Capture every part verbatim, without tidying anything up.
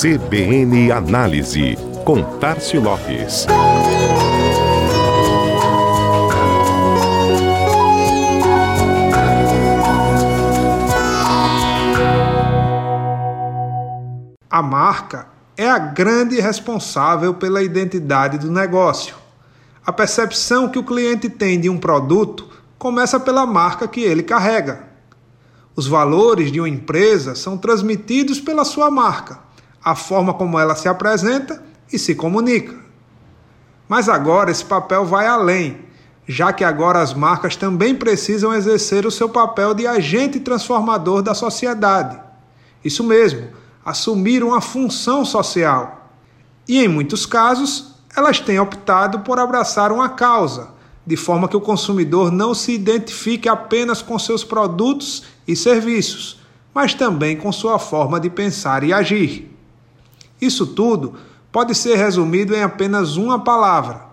C B N Análise, com Tárcio Lopes. A marca é a grande responsável pela identidade do negócio. A percepção que o cliente tem de um produto começa pela marca que ele carrega. Os valores de uma empresa são transmitidos pela sua marca, a forma como ela se apresenta e se comunica. Mas agora esse papel vai além, já que agora as marcas também precisam exercer o seu papel de agente transformador da sociedade. Isso mesmo, assumir uma função social. E em muitos casos, elas têm optado por abraçar uma causa, de forma que o consumidor não se identifique apenas com seus produtos e serviços, mas também com sua forma de pensar e agir. Isso tudo pode ser resumido em apenas uma palavra: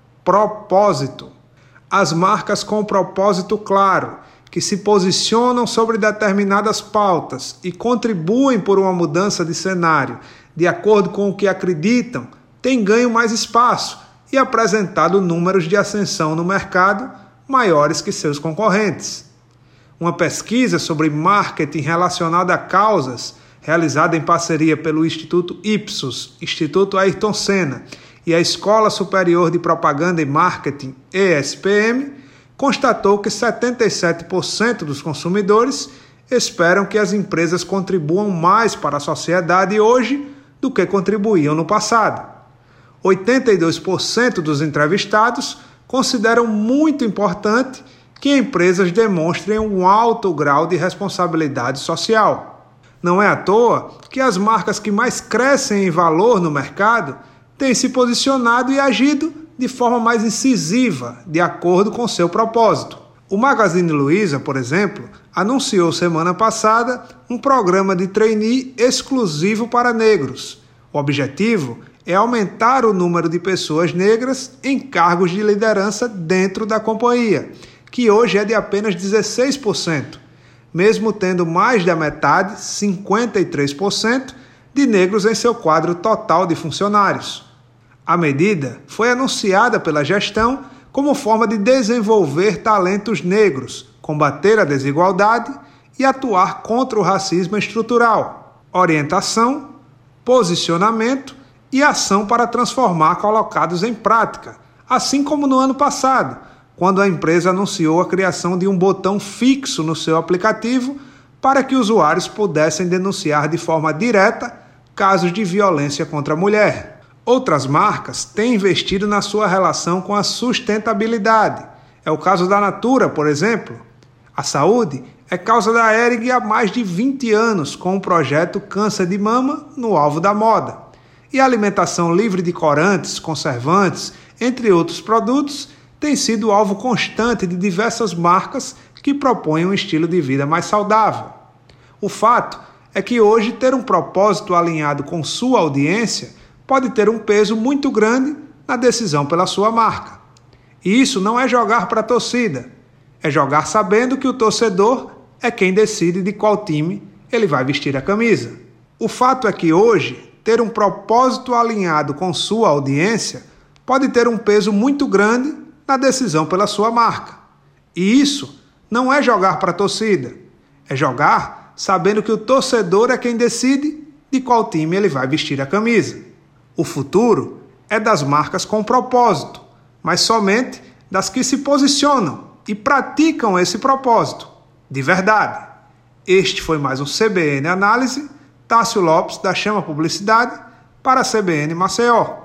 propósito. As marcas com propósito claro, que se posicionam sobre determinadas pautas e contribuem por uma mudança de cenário, de acordo com o que acreditam, têm ganho mais espaço e apresentado números de ascensão no mercado maiores que seus concorrentes. Uma pesquisa sobre marketing relacionada a causas, realizada em parceria pelo Instituto Ipsos, Instituto Ayrton Senna e a Escola Superior de Propaganda e Marketing, E S P M, constatou que setenta e sete por cento dos consumidores esperam que as empresas contribuam mais para a sociedade hoje do que contribuíam no passado. oitenta e dois por cento dos entrevistados consideram muito importante que empresas demonstrem um alto grau de responsabilidade social. Não é à toa que as marcas que mais crescem em valor no mercado têm se posicionado e agido de forma mais incisiva, de acordo com seu propósito. O Magazine Luiza, por exemplo, anunciou semana passada um programa de trainee exclusivo para negros. O objetivo é aumentar o número de pessoas negras em cargos de liderança dentro da companhia, que hoje é de apenas dezesseis por cento, mesmo tendo mais da metade, cinquenta e três por cento, de negros em seu quadro total de funcionários. A medida foi anunciada pela gestão como forma de desenvolver talentos negros, combater a desigualdade e atuar contra o racismo estrutural, orientação, posicionamento e ação para transformar colocados em prática, assim como no ano passado, quando a empresa anunciou a criação de um botão fixo no seu aplicativo para que usuários pudessem denunciar de forma direta casos de violência contra a mulher. Outras marcas têm investido na sua relação com a sustentabilidade. É o caso da Natura, por exemplo. A saúde é causa da Hering há mais de vinte anos, com o projeto Câncer de Mama no alvo da moda. E a alimentação livre de corantes, conservantes, entre outros produtos, tem sido alvo constante de diversas marcas que propõem um estilo de vida mais saudável. O fato é que hoje ter um propósito alinhado com sua audiência pode ter um peso muito grande na decisão pela sua marca. E isso não é jogar para a torcida, é jogar sabendo que o torcedor é quem decide de qual time ele vai vestir a camisa. O fato é que hoje, ter um propósito alinhado com sua audiência pode ter um peso muito grande na decisão pela sua marca. E isso não é jogar para a torcida, é jogar sabendo que o torcedor é quem decide de qual time ele vai vestir a camisa. O futuro é das marcas com propósito, mas somente das que se posicionam e praticam esse propósito, de verdade. Este foi mais um C B N Análise, Tárcio Lopes, da Chama Publicidade, para a C B N Maceió.